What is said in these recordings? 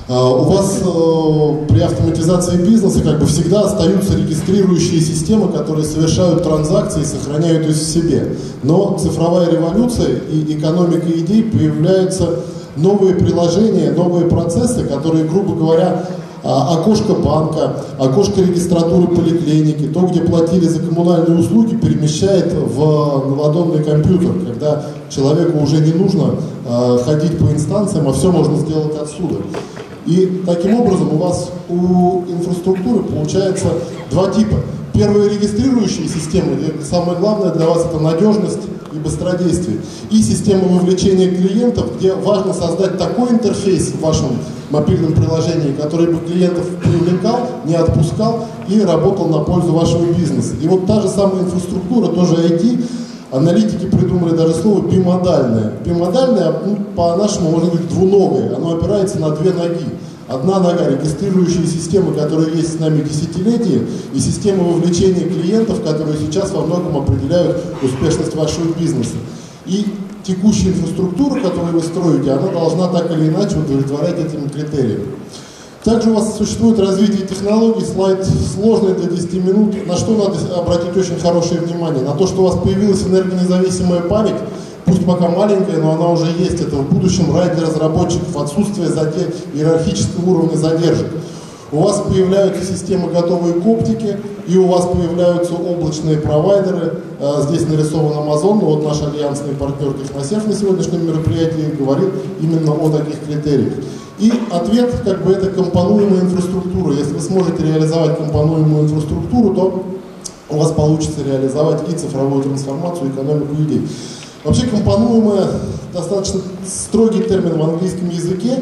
У вас при автоматизации бизнеса как бы всегда остаются регистрирующие системы, которые совершают транзакции и сохраняют их в себе. Но цифровая революция и экономика идей, появляются новые приложения, новые процессы, которые, грубо говоря, окошко банка, окошко регистратуры поликлиники, то, где платили за коммунальные услуги, перемещает в наладонный компьютер, когда человеку уже не нужно ходить по инстанциям, а все можно сделать отсюда. И таким образом у вас у инфраструктуры получается два типа. Первые регистрирующие системы, где самое главное для вас это надежность и быстродействие. И система вовлечения клиентов, где важно создать такой интерфейс в вашем мобильном приложении, который бы клиентов привлекал, не отпускал и работал на пользу вашего бизнеса. И вот та же самая инфраструктура, тоже IT, аналитики придумали даже слово бимодальное. Бимодальное, по-нашему, можно говорить двуногое, оно опирается на две ноги. Одна нога — регистрирующие системы, которые есть с нами десятилетия, и система вовлечения клиентов, которые сейчас во многом определяют успешность вашего бизнеса. И текущая инфраструктура, которую вы строите, она должна так или иначе удовлетворять этим критериям. Также у вас существует развитие технологий, слайд сложный для 10 минут. На что надо обратить очень хорошее внимание? На то, что у вас появилась энергонезависимая память, пусть пока маленькая, но она уже есть. Это в будущем рай для разработчиков, отсутствие иерархического уровня задержек. У вас появляются системы готовые к оптике, и у вас появляются облачные провайдеры. Здесь нарисован Amazon, но вот наш альянсный партнер Техносерв на сегодняшнем мероприятии говорит именно о таких критериях. И ответ, как бы, это компонуемая инфраструктура. Если вы сможете реализовать компонуемую инфраструктуру, то у вас получится реализовать и цифровую трансформацию, и экономику идей. Вообще компонуемая достаточно строгий термин в английском языке.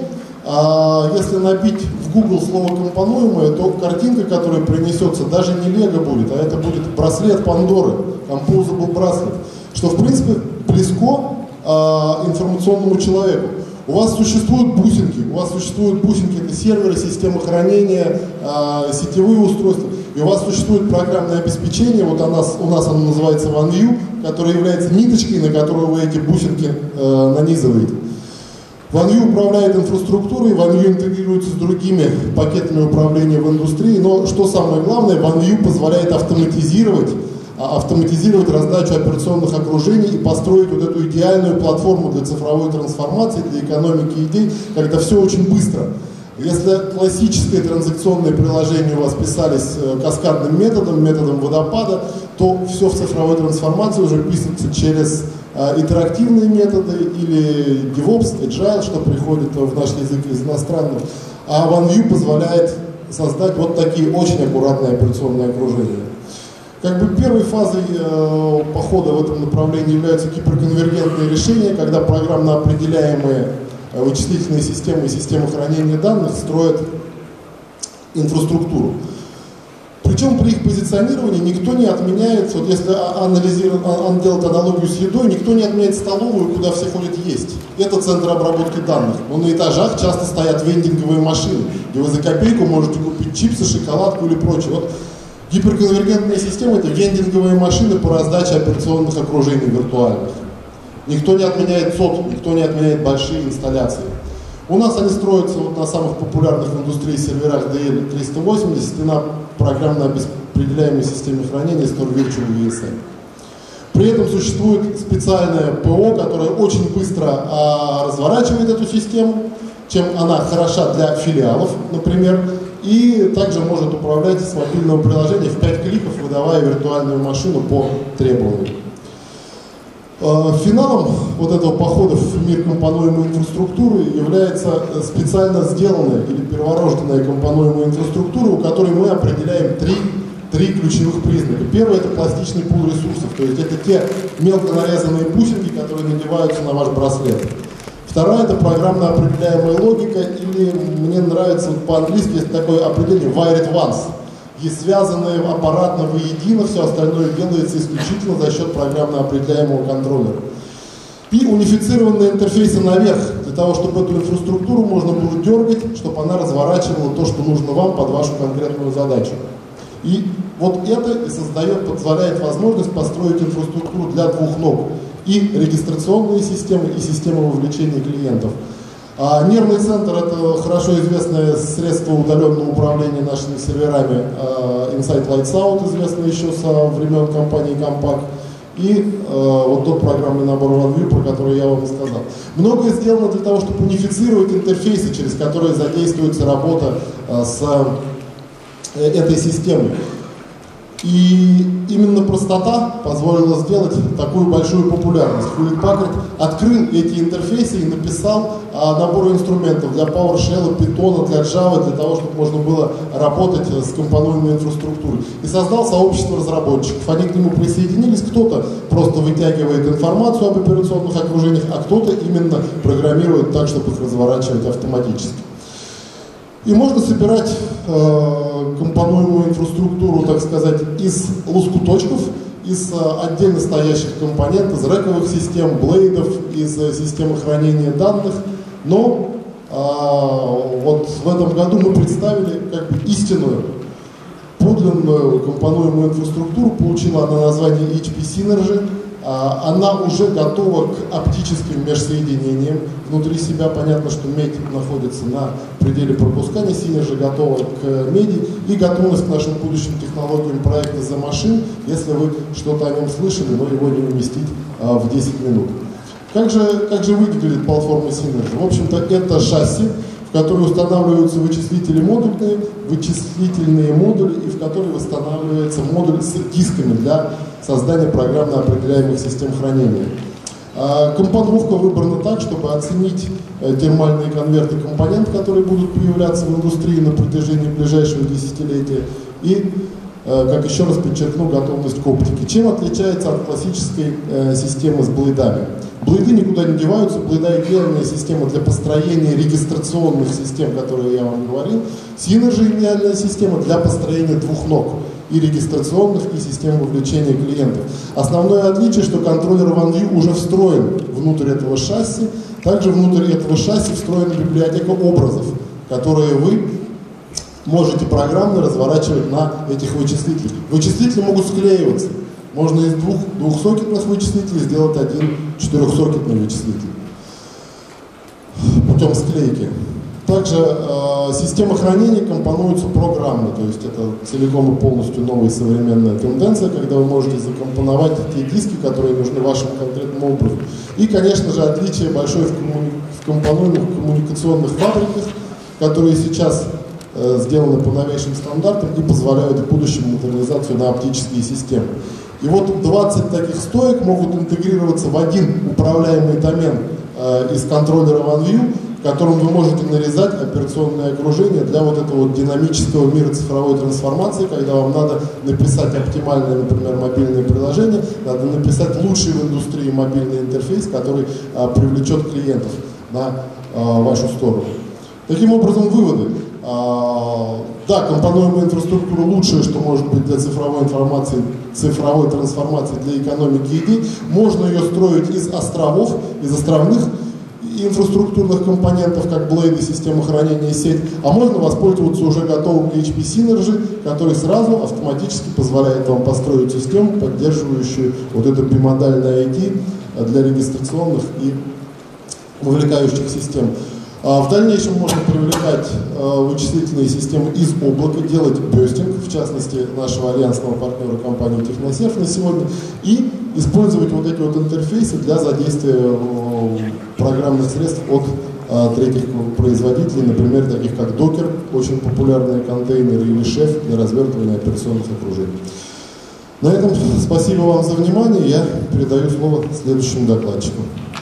Если набить в Google слово компонуемое, то картинка, которая принесется, даже не лего будет, а это будет браслет Пандоры, composable bracelet, что в принципе близко информационному человеку. У вас существуют бусинки, это серверы, системы хранения, сетевые устройства, и у вас существует программное обеспечение, вот у нас оно называется OneView, которое является ниточкой, на которую вы эти бусинки нанизываете. OneView управляет инфраструктурой, OneView интегрируется с другими пакетами управления в индустрии, но что самое главное, OneView позволяет автоматизировать раздачу операционных окружений и построить вот эту идеальную платформу для цифровой трансформации, для экономики идей, когда все очень быстро. Если классические транзакционные приложения у вас писались каскадным методом водопада, то все в цифровой трансформации уже пишется через интерактивные методы или DevOps, Agile, что приходит в наш язык из иностранных. А OneView позволяет создать вот такие очень аккуратные операционные окружения. Как бы первой фазой похода в этом направлении являются гиперконвергентные решения, когда программно определяемые вычислительные системы и системы хранения данных строят инфраструктуру. Причем при их позиционировании никто не отменяет, вот если делать аналогию с едой, никто не отменяет столовую, куда все ходят есть. Это центр обработки данных. Но на этажах часто стоят вендинговые машины, где вы за копейку можете купить чипсы, шоколадку или прочее. Вот гиперконвергентная система — это вендинговые машины по раздаче операционных окружений виртуальных. Никто не отменяет СОТ, никто не отменяет большие инсталляции. У нас они строятся вот на самых популярных в индустрии серверах DL380 и на программно определяемой системе хранения Store Virtual VSM. При этом существует специальное ПО, которое очень быстро разворачивает эту систему, чем она хороша для филиалов, например, и также может управлять с мобильного приложения в 5 кликов, выдавая виртуальную машину по требованию. Финалом вот этого похода в мир компонуемой инфраструктуры является специально сделанная или перворожденная компонуемая инфраструктура, у которой мы определяем три ключевых признака. Первый — это пластичный пул ресурсов, то есть это те мелко нарезанные бусинки, которые надеваются на ваш браслет. Вторая — это программно определяемая логика, или мне нравится вот по-английски есть такое определение wired once. И связанные аппаратно воедино, все остальное делается исключительно за счет программно определяемого контроллера. И унифицированные интерфейсы наверх, для того, чтобы эту инфраструктуру можно было дергать, чтобы она разворачивала то, что нужно вам под вашу конкретную задачу. И вот это и позволяет возможность построить инфраструктуру для двух ног. И регистрационные системы, и системы вовлечения клиентов. Нервный центр — это хорошо известное средство удаленного управления нашими серверами Insight Lights Out, известное еще со времен компании Compaq, и вот тот программный набор OneView, про который я вам сказал. Многое сделано для того, чтобы унифицировать интерфейсы, через которые задействуется работа с этой системой. И именно простота позволила сделать такую большую популярность. Hewlett Packard открыл эти интерфейсы и написал набор инструментов для PowerShell, Python, для Java, для того, чтобы можно было работать с компонентной инфраструктурой. И создал сообщество разработчиков. Они к нему присоединились. Кто-то просто вытягивает информацию об операционных окружениях, а кто-то именно программирует так, чтобы их разворачивать автоматически. И можно собирать компонуемую инфраструктуру, так сказать, из лоскуточков, из отдельно стоящих компонентов, из рековых систем, блейдов, из системы хранения данных. Но вот в этом году мы представили как бы истинную, подлинную компонуемую инфраструктуру. Получила она название HP Synergy. Она уже готова к оптическим межсоединениям. Внутри себя понятно, что медь находится на пределе пропускания, Synergy готова к меди, и готовность к нашим будущим технологиям проекта The Machine, если вы что-то о нем слышали, но его не уместить в 10 минут. Как же выглядит платформа Synergy? В общем-то, это шасси, в которые устанавливаются вычислительные модули, и в которые устанавливается модуль с дисками для создания программно определяемых систем хранения. Компоновка выбрана так, чтобы оценить термальные конверты компонент, которые будут появляться в индустрии на протяжении ближайшего десятилетия, и, как еще раз подчеркну, готовность к оптике. Чем отличается от классической системы с блейдами? Блейды никуда не деваются, блейда — идеальная система для построения регистрационных систем, которые я вам говорил. Synergy — идеальная система для построения двух ног, и регистрационных, и систем вовлечения клиентов. Основное отличие, что контроллер OneView уже встроен внутрь этого шасси. Также внутрь этого шасси встроена библиотека образов, которые вы можете программно разворачивать на этих вычислителях. Вычислители могут склеиваться. Можно из двух двухсокетных вычислителей сделать один четырехсокетный вычислитель путем склейки. Также система хранения компонуется программно, то есть это целиком и полностью новая современная тенденция, когда вы можете закомпоновать те диски, которые нужны вашему конкретному образу. И, конечно же, отличие большое в компонуемых коммуникационных фабриках, которые сейчас сделаны по новейшим стандартам и позволяют в будущем модернизацию на оптические системы. И вот 20 таких стоек могут интегрироваться в один управляемый домен из контроллера OneView, в котором вы можете нарезать операционное окружение для вот этого вот динамического мира цифровой трансформации, когда вам надо написать оптимальное, например, мобильное приложение, надо написать лучший в индустрии мобильный интерфейс, который привлечет клиентов на вашу сторону. Таким образом, выводы. Да, компонуемая инфраструктура лучшее, что может быть для цифровой информации, цифровой трансформации для экономики идей. Можно ее строить из островов, из островных инфраструктурных компонентов, как блейды, система хранения и сеть, а можно воспользоваться уже готовым HP Synergy, который сразу автоматически позволяет вам построить систему, поддерживающую вот это бимодальное ID для регистрационных и вовлекающих систем. В дальнейшем можно привлекать вычислительные системы из облака, делать бёстинг, в частности нашего альянсного партнера компании Техносерв на сегодня, и использовать вот эти вот интерфейсы для задействия программных средств от третьих производителей, например, таких как Docker, очень популярные контейнеры, или Chef для развертывания операционных окружений. На этом спасибо вам за внимание, я передаю слово следующему докладчику.